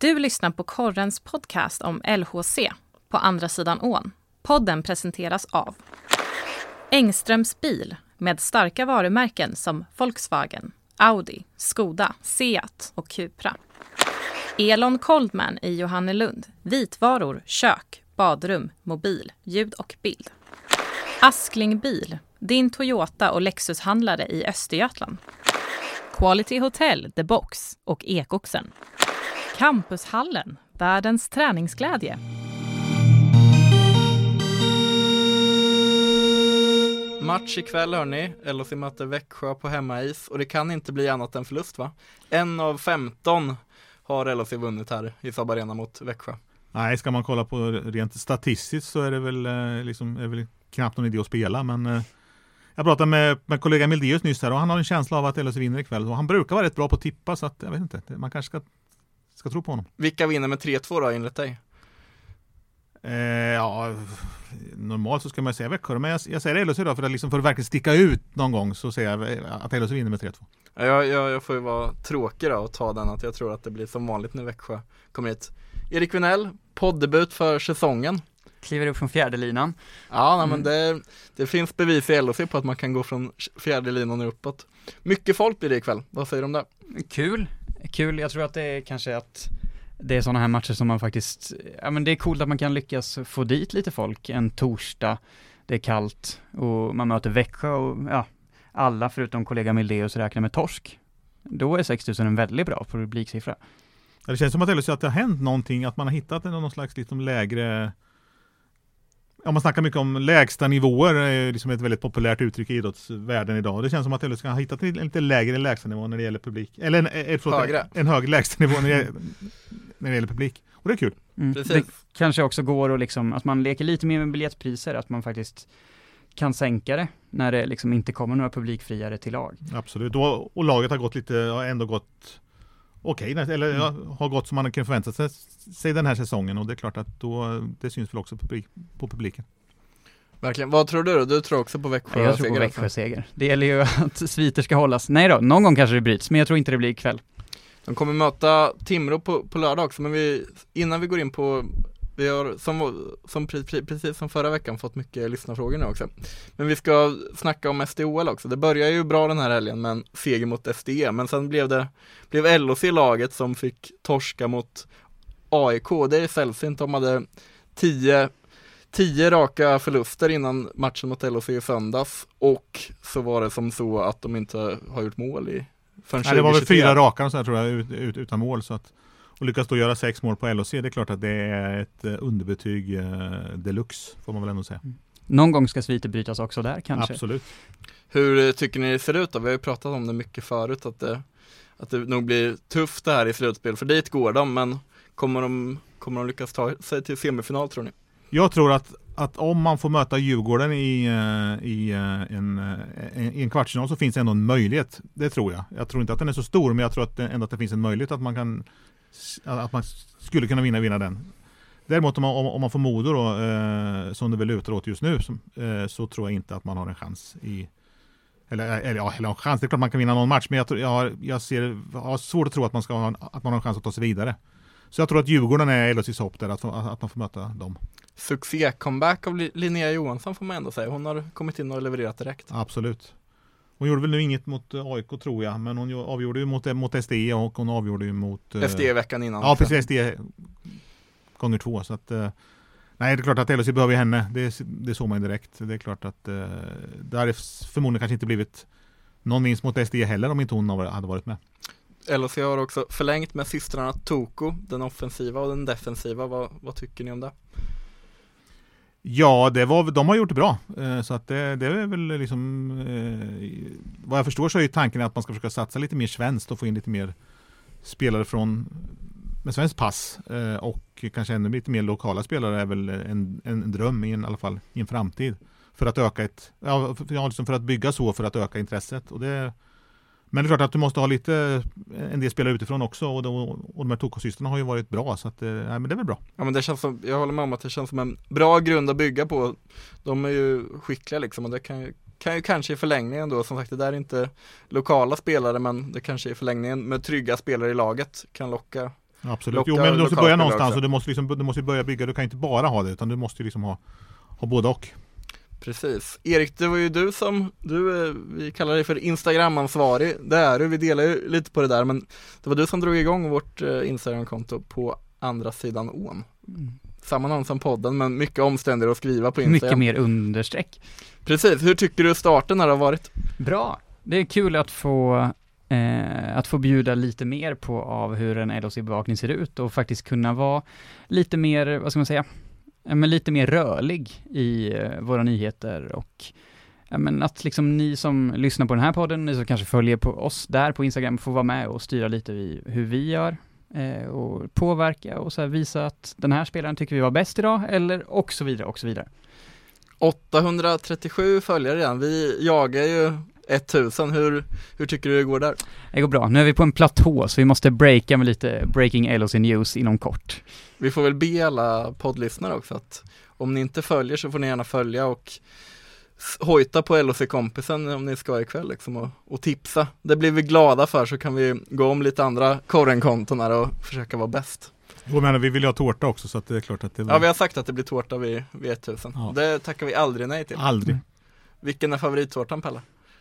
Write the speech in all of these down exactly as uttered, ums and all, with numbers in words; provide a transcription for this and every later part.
Du lyssnar på Korrens podcast om L H C på andra sidan ån. Podden presenteras av Engströms bil med starka varumärken som Volkswagen, Audi, Skoda, Seat och Cupra. Elon Coldman i Johannelund. Vitvaror, kök, badrum, mobil, ljud och bild. Askling bil, din Toyota och Lexus-handlare i Östergötland. Quality Hotel, The Box och Ekoxen. Campushallen, världens träningsglädje. Match ikväll hörni, L H C möter Växjö på hemmais och det kan inte bli annat än förlust va? En av femton har L H C vunnit här i Saab Arena mot Växjö. Nej, ska man kolla på rent statistiskt så är det väl, liksom, är det väl knappt någon idé att spela, men eh, jag pratade med, med kollega Mildeus nyss här och han har en känsla av att L H C vinner ikväll och han brukar vara rätt bra på att tippa, så att jag vet inte, man kanske ska, ska tro på honom. Vilka vinner med tre två då enligt dig? Eh, ja, normalt så ska man säga Växjö, men jag, jag säger L H C då för att, liksom, för att verkligen sticka ut någon gång så säger jag att L H C vinner med tre två. Ja, jag, jag, jag får ju vara tråkig då och ta den att jag tror att det blir som vanligt när Växjö kommer hit. Erik Vinell, poddebut för säsongen. Kliver upp från fjärde linan. Ja, nej, mm. men det, det finns bevis i L H C på att man kan gå från fjärde linan och uppåt. Mycket folk blir det ikväll. Vad säger du om det? Kul. Kul. Jag tror att det är kanske att det är sådana här matcher som man faktiskt, ja men det är coolt att man kan lyckas få dit lite folk en torsdag. Det är kallt och man möter Växjö och ja, alla förutom kollega Mildeus räknar med torsk. Då är sex tusen en väldigt bra publiksiffra. Ja, det känns som att L H C att det har hänt någonting, att man har hittat någon slags liksom lägre. Ja, man snackar mycket om lägsta nivåer, är liksom ett väldigt populärt uttryck i idrottsvärlden idag. Det känns som att L H C har hittat en lite lägre lägsta nivå när det gäller publik. Eller en, en, högre. en, en högre lägsta nivå när det, gäller, när det gäller publik. Och det är kul. Mm. Det kanske också går och liksom, att man leker lite mer med biljettpriser, att man faktiskt kan sänka det när det liksom inte kommer några publikfriare till lag. Absolut. Och, och laget har gått lite, har ändå gått okej, okay, eller mm. har gått som man kan förvänta sig, sig den här säsongen, och det är klart att då, det syns väl också på, publik, på publiken. Verkligen. Vad tror du då? Du tror också på Växjö? Jag tror på Växjö-seger. Det gäller ju att sviter ska hållas. Nej då, någon gång kanske det bryts, men jag tror inte det blir ikväll. De kommer möta Timrå på, på lördag också, men vi, innan vi går in på, vi har som, som precis som förra veckan fått mycket lyssnarfrågor nu också. Men vi ska snacka om S D O L också. Det börjar ju bra den här helgen med en seger mot S D E, men sen blev det blev L H C-laget som fick torska mot A I K. Det är sällsynt. De hade tio, tio raka förluster innan matchen mot L H C i söndags, och så var det som så att de inte har gjort mål i förrän Nej, det var väl fyra raka så här, tror jag, ut, ut, utan mål, så att och lyckas då göra sex mål på L H C, det är klart att det är ett underbetyg eh, deluxe, får man väl ändå säga. Mm. Någon gång ska sviter brytas också där kanske. Absolut. Hur tycker ni det ser ut då? Vi har ju pratat om det mycket förut, att det, att det nog blir tufft det här i slutspel, för dit går de, men kommer de, kommer de lyckas ta sig till semifinal, tror ni? Jag tror att, att om man får möta Djurgården i, i en, i en kvartsfinal så finns det ändå en möjlighet, det tror jag. Jag tror inte att den är så stor, men jag tror att det, ändå att det finns en möjlighet att man kan att man skulle kunna vinna vinna den. Däremot om man, om, om man får Modo då, eh, som det väl lutar åt just nu, som, eh, så tror jag inte att man har en chans i eller, eller ja, eller en chans, det är klart man kan vinna någon match, men jag, jag, har, jag, ser, jag har svårt att tro att man ska ha en, att man har en chans att ta sig vidare. Så jag tror att Djurgården är L H C:s hopp där, att, att man får möta dem. Succé-comeback av Linnea Johansson får man ändå säga. Hon har kommit in och levererat direkt. Absolut. Hon gjorde väl nu inget mot A I K, tror jag, men hon avgjorde ju mot, mot S D E, och hon avgjorde ju mot S D E veckan innan. Ja, precis, S D E gånger två, så att nej, det är klart att L H C behöver henne. Det, det såg man direkt. Det är klart att det hade förmodligen kanske inte blivit någon vinst mot S D E heller om inte hon hade varit med. L H C har också förlängt med systrarna Toko, den offensiva och den defensiva. Vad, vad tycker ni om det? Ja, det var, de har gjort det bra. Så att det, det är väl liksom eh, vad jag förstår så är ju tanken att man ska försöka satsa lite mer svenskt och få in lite mer spelare från med svensk pass, eh, och kanske ännu lite mer lokala spelare är väl en, en dröm i, en, i alla fall i en framtid för att öka ett ja, för, liksom för att bygga så för att öka intresset, och det. Men det är klart att du måste ha lite en del spelare utifrån också, och, då, och de här Toko-systrarna har ju varit bra, så att, nej, men det är väl bra. Ja, men det känns som, jag håller med om att det känns som en bra grund att bygga på. De är ju skickliga liksom, och det kan ju, kan ju kanske i förlängningen då, som sagt, det där är inte lokala spelare, men det kanske i förlängningen med trygga spelare i laget kan locka Absolut. Locka, jo, men du måste börja någonstans också. och du måste, liksom, du måste börja bygga. Du kan inte bara ha det, utan du måste liksom ha, ha både och. Precis. Erik, det var ju du som, du, vi kallar dig för Instagram-ansvarig. Det är du, vi delar ju lite på det där, men det var du som drog igång vårt Instagram-konto på andra sidan ån. Mm. Samma namn som podden, men mycket omständigare att skriva på Instagram. Mycket mer understreck. Precis. Hur tycker du starten här har varit? Bra. Det är kul att få eh, att få bjuda lite mer på av hur en L O C-bevakning ser ut och faktiskt kunna vara lite mer, vad ska man säga, ja, men lite mer rörlig i eh, våra nyheter och ja, men att liksom ni som lyssnar på den här podden, ni som kanske följer på oss där på Instagram får vara med och styra lite vid hur vi gör eh, och påverka och så här visa att den här spelaren tycker vi var bäst idag eller och så vidare och så vidare. åttahundratrettiosju följare redan. Vi jagar ju tusen. Hur, hur tycker du det går där? Det går bra. Nu är vi på en platå så vi måste breaka med lite breaking L O C news inom kort. Vi får väl be alla poddlyssnare också att om ni inte följer så får ni gärna följa och hojta på L O C-kompisen om ni ska ikväll liksom och, och tipsa. Det blir vi glada för, så kan vi gå om lite andra korrenkonton här och försöka vara bäst. Jag menar, vi vill ju ha tårta också, så att det är klart att det... Ja, vi har sagt att det blir tårta vid, vid tusen. Ja. Det tackar vi aldrig nej till. Aldrig. Mm. Vilken är favorittårtan, Pelle?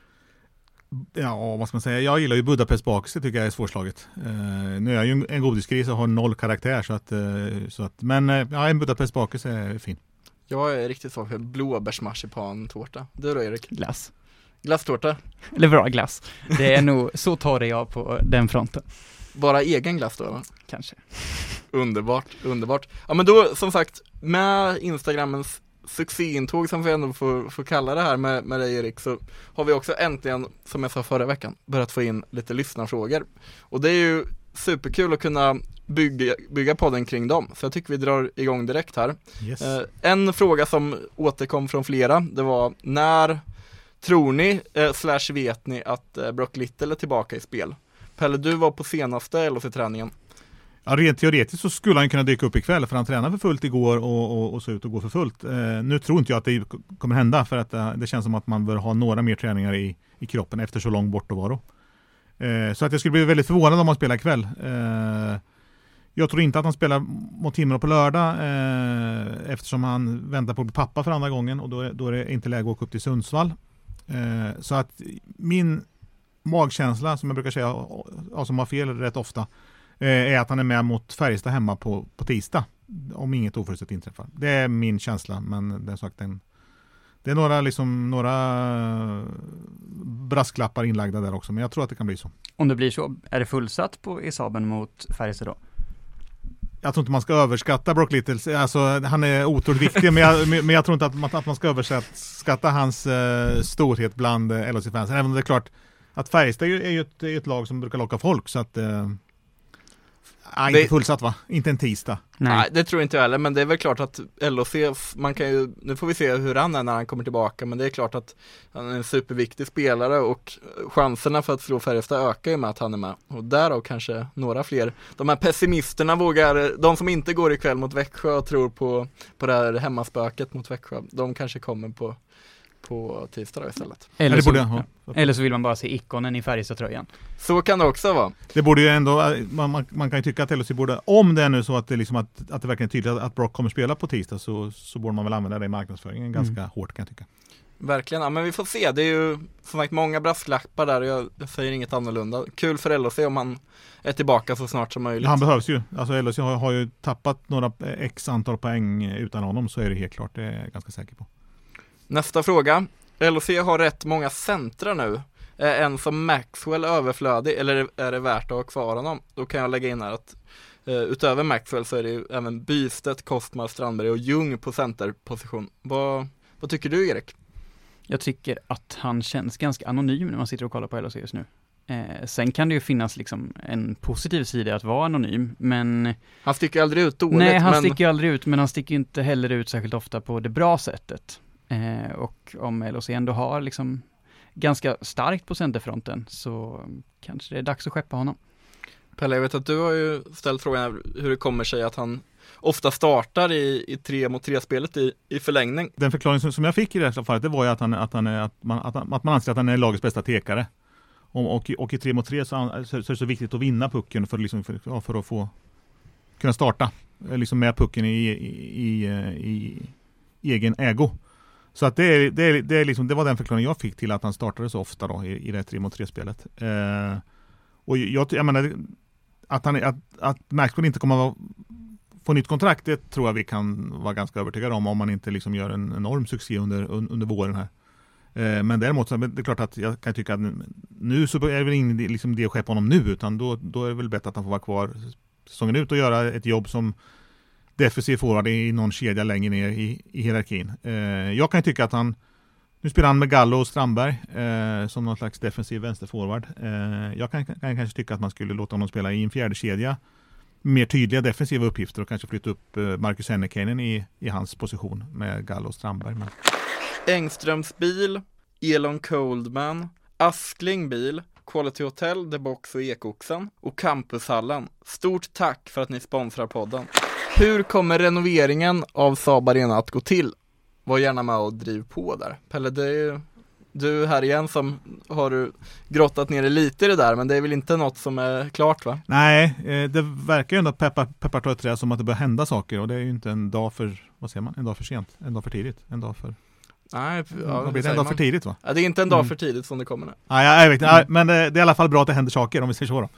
Ja, vad ska man säga? Jag gillar ju Budapest bakelse, tycker jag är svårslaget. Uh, nu är jag ju en godisgris och har noll karaktär, så att... Uh, så att men uh, ja, en Budapest bakelse är fin. Jag är riktigt svag för blåbärsmarsipan-tårta. Du då, Erik? Glass. Glasstårta? Eller bra, glass. Det är nog, så tar det jag på den fronten. Bara egen glass då, va? Kanske. Underbart, underbart. Ja, men då, som sagt, med Instagrammens succéintåg, som vi ändå får, får kalla det här med, med dig, Erik, så har vi också äntligen, som jag sa förra veckan, börjat få in lite lyssnarfrågor. Och det är ju superkul att kunna bygga, bygga podden kring dem. Så jag tycker vi drar igång direkt här. Yes. Eh, en fråga som återkom från flera, det var: när tror ni, eh, slash vet ni, att eh, Brock Little är tillbaka i spel? Pelle, du var på senaste L O C-träningen. Ja, rent teoretiskt så skulle han kunna dyka upp ikväll, för han tränade för fullt igår och, och, och så ut och gå för fullt. Eh, nu tror inte jag att det kommer hända, för att eh, det känns som att man bör ha några mer träningar i, i kroppen efter så lång bortovaro. Eh, så att jag skulle bli väldigt förvånad om han spelar ikväll. Eh, jag tror inte att han spelar mot Timrå på lördag, eh, eftersom han väntar på att bli pappa för andra gången, och då är, då är det inte läge att åka upp till Sundsvall. Eh, så att min magkänsla, som jag brukar säga, och som har fel rätt ofta, är att han är med mot Färjestad hemma på, på tisdag, om inget oförutsett inträffar. Det är min känsla, men det är sagt en, det är några, liksom, några brasklappar inlagda där också, men jag tror att det kan bli så. Om det blir så, är det fullsatt på Isaben mot Färjestad då? Jag tror inte man ska överskatta Brock Little. Alltså, han är otroligt viktig, men, jag, men jag tror inte att man, att man ska överskatta hans uh, storhet bland uh, L O C-fans. Även om det är klart att Färjestad är ju ett, är ett lag som brukar locka folk, så att... Uh, Nej, inte fullsatt, va? Inte en tisdag. Nej. Nej, det tror inte jag heller, men det är väl klart att L O C, man kan ju, nu får vi se hur han är när han kommer tillbaka, men det är klart att han är en superviktig spelare och chanserna för att slå Färjestad ökar ju med att han är med, och därav kanske några fler. De här pessimisterna vågar, de som inte går ikväll mot Växjö och tror på, på det här hemmaspöket mot Växjö, de kanske kommer på på tisdag istället. Eller så, ja. eller så vill man bara se ikonen i Färjestad-tröjan. Så kan det också vara. Det borde ju ändå, man, man, man kan ju tycka att L O C borde, om det är nu så att det, liksom att, att det verkligen är tydligt att Brock kommer spela på tisdag, så, så borde man väl använda det i marknadsföringen ganska mm. hårt, kan jag tycka. Verkligen, ja, men vi får se. Det är ju som sagt många brasklappar där, och jag, jag säger inget annorlunda. Kul för L O C om han är tillbaka så snart som möjligt. Han behövs ju. Alltså L O C har, har ju tappat några x antal poäng utan honom, så är det helt klart, det är jag ganska säker på. Nästa fråga. L O C har rätt många centra nu. Är en som Maxwell överflödig, eller är det värt att ha kvar honom? Då kan jag lägga in här att uh, utöver Maxwell så är det ju även Bystedt, Kostmar, Strandberg och Ljung på centerposition. Vad, vad tycker du, Erik? Jag tycker att han känns ganska anonym när man sitter och kollar på L O C just nu. Eh, sen kan det ju finnas liksom en positiv sida att vara anonym, men... Han sticker aldrig ut dåligt. Nej, han men... sticker aldrig ut, men han sticker inte heller ut särskilt ofta på det bra sättet. Eh, och om L O C ändå har liksom ganska starkt på centerfronten, så kanske det är dags att skeppa honom. Pelle, jag vet att du har ju ställt frågan hur det kommer sig att han ofta startar i, i tre mot tre spelet i, i förlängning. Den förklaring som, som jag fick i det här fallet, det var ju att, han, att, han är, att, man, att, att man anser att han är lagets bästa tekare. Och, och, och i tre mot tre så, så, så är det så viktigt att vinna pucken för, liksom, för, för att få kunna starta liksom med pucken i, i, i, i egen ägo. Så att det, är, det, är, det, är liksom, det var den förklaringen jag fick till att han startade så ofta då, i, i det tre mot tre-spelet. Eh, och jag, jag menar, att, han, att, att Maxwell inte kommer att få nytt kontrakt, det tror jag vi kan vara ganska övertygade om, om man inte liksom gör en enorm succé under, under våren här. Eh, men däremot så är det klart att jag kan tycka att nu så är det väl ingen liksom det att ske på honom nu, utan då, då är det väl bättre att han får vara kvar säsongen ut och göra ett jobb som defensiv forward i någon kedja längre ner i, i hierarkin. Eh, jag kan tycka att han, nu spelar han med Gallo och Strandberg eh, som någon slags defensiv vänsterforward. Eh, jag kan, kan kanske tycka att man skulle låta honom spela i en fjärde kedja, mer tydliga defensiva uppgifter, och kanske flytta upp eh, Marcus Hennekainen i, i hans position med Gallo och Strandberg. Men... Engströms bil, Elon Coldman, Askling bil, Quality Hotel, The Box och Ekoxen och Campushallen. Stort tack för att ni sponsrar podden. Hur kommer renoveringen av Saab Arena att gå till? Var gärna med och driv på där. Pelle, det är ju du här igen som har grottat ner lite i det där, men det är väl inte något som är klart, va? Nej, det verkar ju ändå peppar, peppar tar ett trä som att det bör hända saker, och det är ju inte en dag för, vad säger man, en dag för sent, en dag för tidigt, en dag för... Nej, ja, det blir det en dag för tidigt, va? Ja, det är inte en dag mm. för tidigt som det kommer nu. Ja, jag vet, mm. Men det, det är i alla fall bra att det händer saker, om vi säger så då.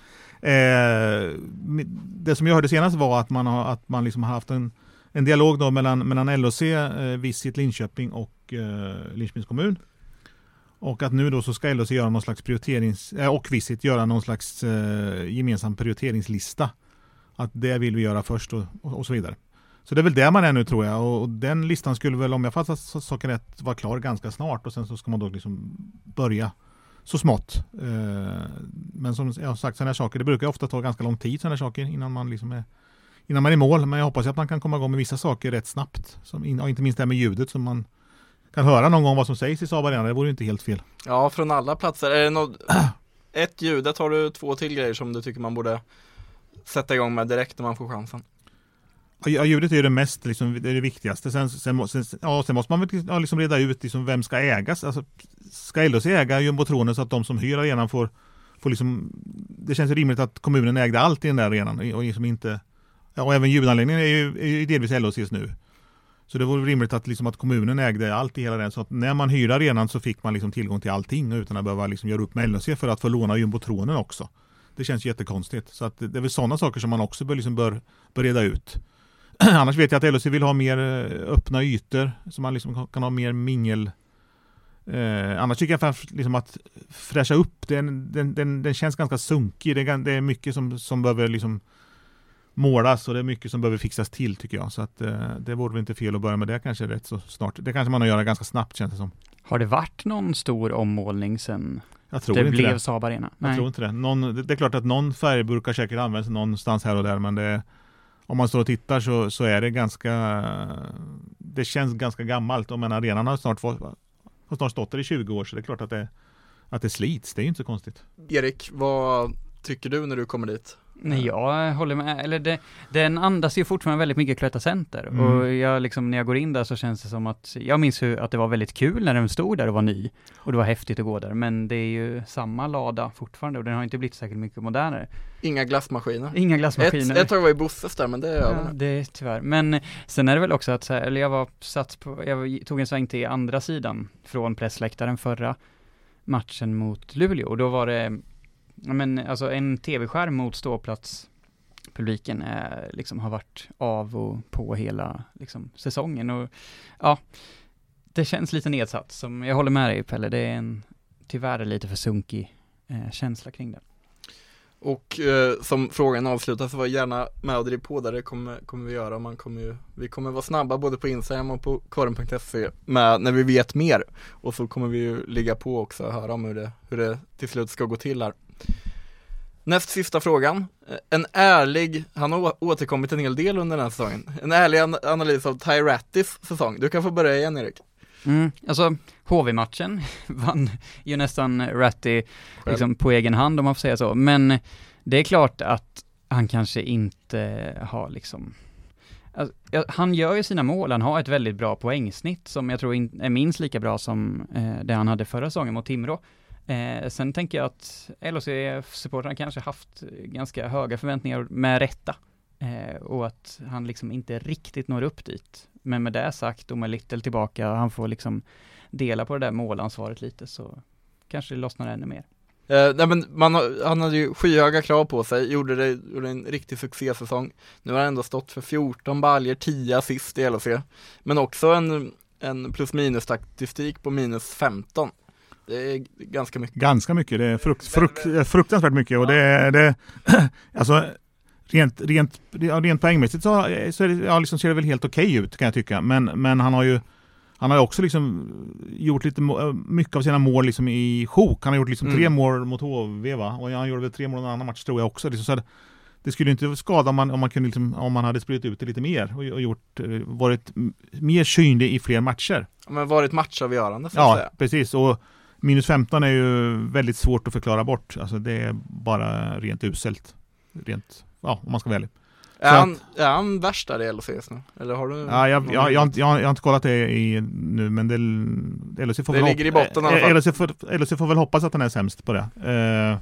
Eh, det som jag hörde senast var att man har, att man liksom har haft en, en dialog då mellan, mellan L O C, eh, Visit Linköping och eh, Linköpings kommun. Och att nu då så ska L O C göra någon slags prioriterings, eh, och Visit göra någon slags eh, gemensam prioriteringslista. Att det vill vi göra först och, och, och så vidare. Så det är väl det man är nu, tror jag. Och, och den listan skulle väl, om jag fattar saken rätt, vara klar ganska snart. Och sen så ska man då liksom börja så smått. Eh, men som jag har sagt, sådana här saker, det brukar ofta ta ganska lång tid, sådana här saker, innan man liksom är, innan man är i mål. Men jag hoppas att man kan komma igång med vissa saker rätt snabbt. Som in, och inte minst det här med ljudet, som man kan höra någon gång vad som sägs i Saab Arena. Det vore ju inte helt fel. Ja, från alla platser. Är det något, ett ljudet, har du två till grejer som du tycker man borde sätta igång med direkt när man får chansen? Ja, ljudet är ju det mest, liksom, det är det viktigaste. Sen, sen, sen, ja, sen måste man väl ja, liksom reda ut liksom, vem ska ägas. Alltså, ska L O C äga jumbotronen så att de som hyr arenan får, får liksom, det känns rimligt att kommunen ägde allt i den där arenan. Och, liksom inte, ja, och även ljudanläggningen är ju, är ju delvis L O C:s nu. Så det vore rimligt att, liksom, att kommunen ägde allt i hela den. Så att när man hyrde arenan så fick man liksom tillgång till allting utan att behöva liksom göra upp med L O C för att få låna jumbotronen också. Det känns jättekonstigt. Så att det, det är väl sådana saker som man också bör, liksom bör, bör reda ut. Annars vet jag att L O C vill ha mer öppna ytor, så man liksom kan ha mer mingel. Eh, annars tycker jag för, liksom att fräscha upp, den, den, den, den känns ganska sunkig. Det är, det är mycket som, som behöver liksom målas, och det är mycket som behöver fixas till, tycker jag. Så att, eh, det vore väl inte fel att börja med det kanske rätt så snart. Det kanske man har göra ganska snabbt, känns det som. Har det varit någon stor ommålning sen jag tror det inte blev det. Saab Arena? Jag Nej. tror inte det. Någon, det. Det är klart att någon färgburk har säkert använts någonstans här och där, men det, om man står och tittar så, så är det ganska, det känns ganska gammalt. Och men arenan har snart, har snart stått där i tjugo år, så det är klart att det, att det slits. Det är inte så konstigt. Erik, vad tycker du när du kommer dit? Nej, jag håller med. Eller det, den andas ju fortfarande väldigt mycket Cloetta Center. Mm. Och jag liksom, när jag går in där så känns det som att, jag minns hur, att det var väldigt kul när den stod där och var ny. Och det var häftigt att gå där. Men det är ju samma lada fortfarande och den har inte blivit särskilt mycket modernare. Inga glassmaskiner. Inga glassmaskiner. Ett, ett tag var i Bosses där, men det är över ja, nu. det är tyvärr. Men sen är det väl också att, så här, eller jag var satt på, jag tog en sväng till andra sidan från pressläktaren förra matchen mot Luleå. Och då var det ja, men, alltså en tv-skärm mot ståplats. Publiken är, liksom, har varit av och på hela liksom, säsongen. Och ja, det känns lite nedsatt. Som jag håller med dig, Pelle. Det är en tyvärr lite för sunkig eh, känsla kring det. Och eh, som frågan avslutas, så var gärna med och driv på där. Det kommer, kommer vi göra. Man kommer ju, vi kommer vara snabba både på Instagram och på korren punkt se med när vi vet mer. Och så kommer vi ju ligga på också och höra om hur det, hur det till slut ska gå till här. Näst sista frågan. En ärlig, han har återkommit en hel del under den här säsongen. En ärlig an- analys av Ty Rattis säsong. Du kan få börja igen, Erik. Mm, alltså H V-matchen vann ju nästan Ratty liksom, på egen hand, om man får säga så. Men det är klart att han kanske inte har liksom... Alltså, han gör ju sina mål, han har ett väldigt bra poängsnitt som jag tror in, är minst lika bra som eh, det han hade förra säsongen mot Timrå. Eh, sen tänker jag att L O C-supportrarna kanske haft ganska höga förväntningar med rätta Eh, och att han liksom inte riktigt når upp dit. Men med det sagt, och med Little tillbaka, han får liksom dela på det där målansvaret lite, så kanske det lossnar ännu mer. Eh, nej men man, han hade ju skyhöga krav på sig, gjorde, det, gjorde en riktig succésäsong. Nu har han ändå stått för fjorton baljer, tio assist i L H C. Men också en, en plus minus statistik på minus femton. Det är ganska mycket. Ganska mycket, det är frukt, frukt, fruktansvärt mycket. Och det är, det, alltså rent, rent, rent poängmässigt så, så är det, ja, liksom ser det väl helt okej ut, kan jag tycka. Men, men han har ju Han har ju också liksom gjort lite mycket av sina mål liksom i sjok. Han har gjort liksom mm. tre mål mot H V, va? Och han gjorde väl tre mål i en annan match, tror jag också. Så det skulle inte skada om man, om man, kunde liksom, om man hade spritt ut det lite mer och, och gjort, varit mer synlig i fler matcher. Ja, men varit matchavgörande, så att ja, säga. Precis. Och minus femton är ju väldigt svårt att förklara bort. Alltså det är bara rent uselt. Rent, ja, om man ska välja. Är han, är han värst där i L H C just nu? Eller har du ja, jag, jag, jag, jag, jag har inte kollat det i, nu, men det, L H C får det väl ligger i botten i alla fall. L H C får, L H C får väl hoppas att han är sämst på det. Uh,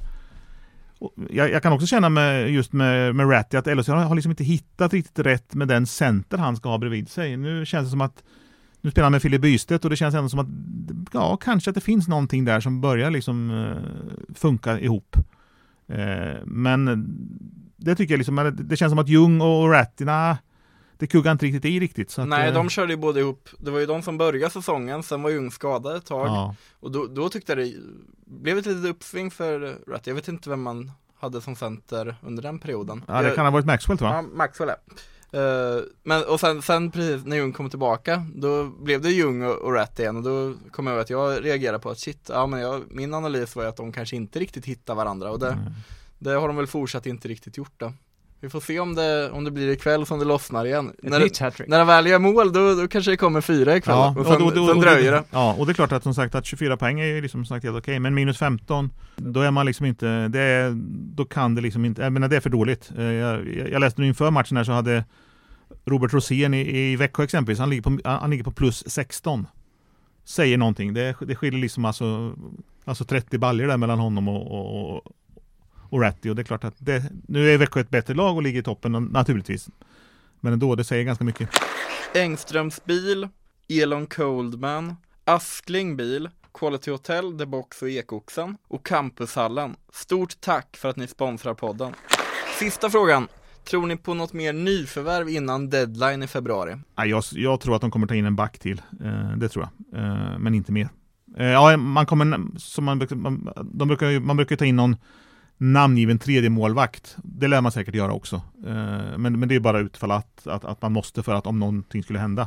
jag, jag kan också känna med, just med, med Ratty att L H C har, har liksom inte hittat riktigt rätt med den center han ska ha bredvid sig. Nu känns det som att nu spelar han med Filip Bystedt och det känns ändå som att ja, kanske att det finns någonting där som börjar liksom uh, funka ihop. Uh, men det tycker jag liksom, det känns som att Ljung och Ratty, nah, det kuggar inte riktigt i riktigt. Så att, nej, de körde ju både ihop, det var ju de som började säsongen, sen var Ljung skadad ett tag. Ja. Och då, då tyckte jag det blev ett litet uppsving för Ratty. Jag vet inte vem man hade som center under den perioden. Ja, det jag, kan ha varit Maxwell, tror jag. Ja, Maxwell är. Uh, men, och sen, sen precis när Ljung kom tillbaka, då blev det Ljung och, och Ratty igen. Och då kom jag ihåg att jag reagerade på att shit, ja, men jag, min analys var ju att de kanske inte riktigt hittar varandra. Och det... Mm. Det har de väl fortsatt inte riktigt gjort då. Vi får se om det, om det blir ikväll som det lossnar igen. När det, när det väl gör mål, då, då kanske det kommer fyra ikväll. Ja, och sen, och då, då, sen dröjer det. Ja, och det är klart att som sagt att tjugofyra poäng är ju liksom sagt helt okej. Men minus femton, då är man liksom inte, det är, då kan det liksom inte, jag menar det är för dåligt. Jag, jag läste nu inför matchen här så hade Robert Rosén i, i Växjö exempelvis, han ligger, på, han ligger på plus sexton. Säger någonting. Det, det skiljer liksom alltså, alltså trettio baljer där mellan honom och, och, och och Ratty, och det är klart att det, nu är Växjö ett bättre lag och ligger i toppen naturligtvis. Men ändå, det säger ganska mycket. Engströms bil, Elon Coldman, Askling bil, Quality Hotel, The Box och Ekoxen och Campushallen. Stort tack för att ni sponsrar podden. Sista frågan. Tror ni på något mer nyförvärv innan deadline i februari? Ja, jag, jag tror att de kommer ta in en back till. Eh, det tror jag. Eh, men inte mer. Eh, ja, man kommer, som man, man, de brukar, man brukar ta in någon namngiven tredje målvakt. Det lär man säkert göra också. Eh, men, men det är bara utfall att, att, att man måste för att om någonting skulle hända.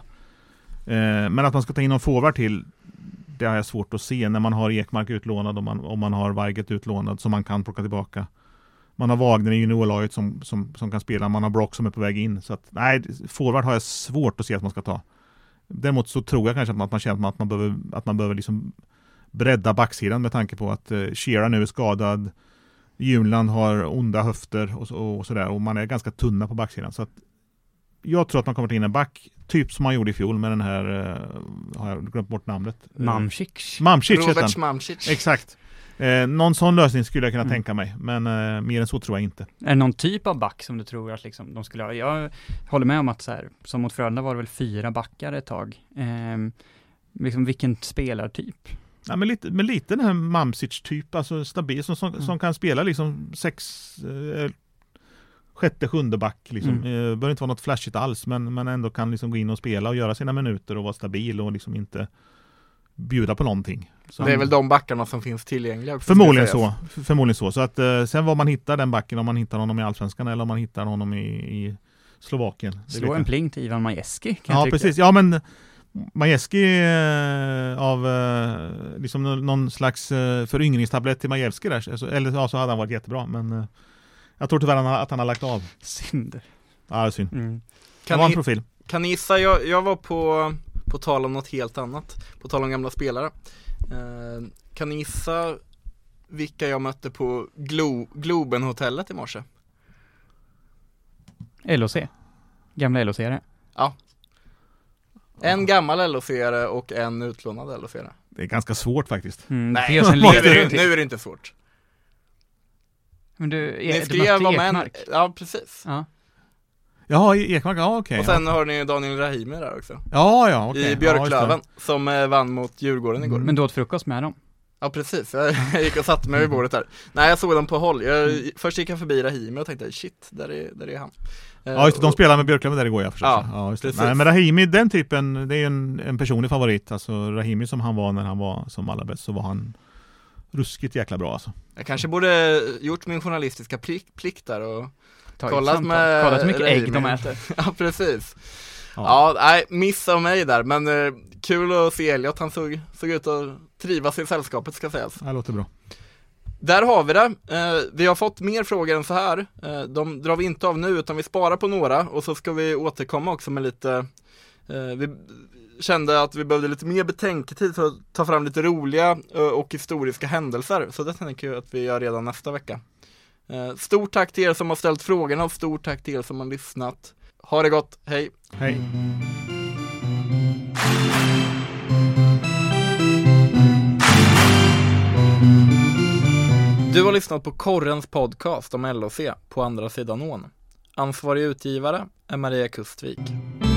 Eh, men att man ska ta in någon forward till, det har jag svårt att se när man har Ekmark utlånad och man, om man har Weigert utlånad som man kan plocka tillbaka. Man har Wagner i juniorlaget som, som, som kan spela. Man har Brock som är på väg in. Så att, nej, forward har jag svårt att se att man ska ta. Däremot så tror jag kanske att man, att man känner att man behöver, att man behöver liksom bredda backsidan med tanke på att eh, Shearer nu är skadad. Junland har onda höfter och, och, och sådär. Och man är ganska tunna på backsidan. Så att jag tror att man kommer in en back typ som man gjorde i fjol med den här, uh, har jag glömt bort namnet. Mamšić. Mamšić Robert Mamšić. Exakt. Eh, någon sån lösning skulle jag kunna mm. tänka mig. Men eh, mer än så tror jag inte. Är det någon typ av back som du tror att liksom, de skulle ha? Jag håller med om att så här, som mot Frölunda var det väl fyra backar ett tag. Eh, liksom vilken spelartyp? Ja, men lite, men lite den här Mamšić typ, alltså stabil, som, som, mm. som kan spela liksom sex, eh, sjätte, sjunde back liksom. Mm. Eh, bör inte vara något flashigt alls, men man ändå kan liksom gå in och spela och göra sina minuter och vara stabil och liksom inte bjuda på någonting. Så det är väl de backarna som finns tillgängliga. Förmodligen så. Förmodligen så. Så att eh, sen var man hittar den backen, om man hittar honom i Allsvenskan eller om man hittar honom i, i Slovakien. Slå en pling till Ivan Majewski. Ja, precis. Ja, men Majewski eh, av eh, liksom någon slags eh, föryngringstablett till Majewski där. Alltså, eller ja, så hade han varit jättebra. Men eh, jag tror tyvärr han, att han har lagt av. Synd. Ja, det är synd. Mm. Kan var en ni, profil. Kan ni gissa, jag, jag var på, på tal om något helt annat. På tal om gamla spelare. Eh, kan ni gissa vilka jag mötte på Glo- Globen-hotellet i morse? L H C. Gamla L H C-are. Ja. En gammal L H C-are och en utlånad L H C-are. Det är ganska svårt faktiskt. Mm, Nej, nu är, det, nu är det inte svårt. Men du, är, Ni skrev om en... Ja, precis. Ja. Jaha, i Ekmark, ja okej. Och sen ja. har ni Daniel Rahimi där också. Ja, ja, okej. I Ja, Björklöven, just som eh, vann mot Djurgården igår. Mm. Men du åt frukost med dem? Ja, precis. Jag, jag gick och satte mig vid bordet där. Nej, jag såg dem på håll. Jag, först gick jag förbi Rahimi och tänkte, shit, där är, där är han. det. Ja, just det, de spelar med Björklöven där igår, jag förstås. Ja, ja just det. precis. Nej, men Rahimi, den typen, det är ju en, en personlig favorit. Alltså Rahimi som han var när han var som allra bäst, så var han ruskigt jäkla bra alltså. Jag kanske borde gjort min journalistiska plikt, plikt där och Ta kollat med Kolla så mycket Rahimi. ägg de äter. Ja, precis. Ja. Ja, nej, miss av mig där, men eh, kul att se Elliot. Han såg, såg ut att trivas i sällskapet, ska sägas. Det låter bra. Där har vi det. Eh, vi har fått mer frågor än så här. Eh, de drar vi inte av nu, utan vi sparar på några. Och så ska vi återkomma också med lite... Eh, vi kände att vi behövde lite mer betänketid för att ta fram lite roliga eh, och historiska händelser. Så det tänker jag att vi gör redan nästa vecka. Eh, stort tack till er som har ställt frågorna och stort tack till er som har lyssnat. Ha det gott, hej! Hej! Du har lyssnat på Korrens podcast om L O C på andra sidan ån. Ansvarig utgivare är Maria Kustvik.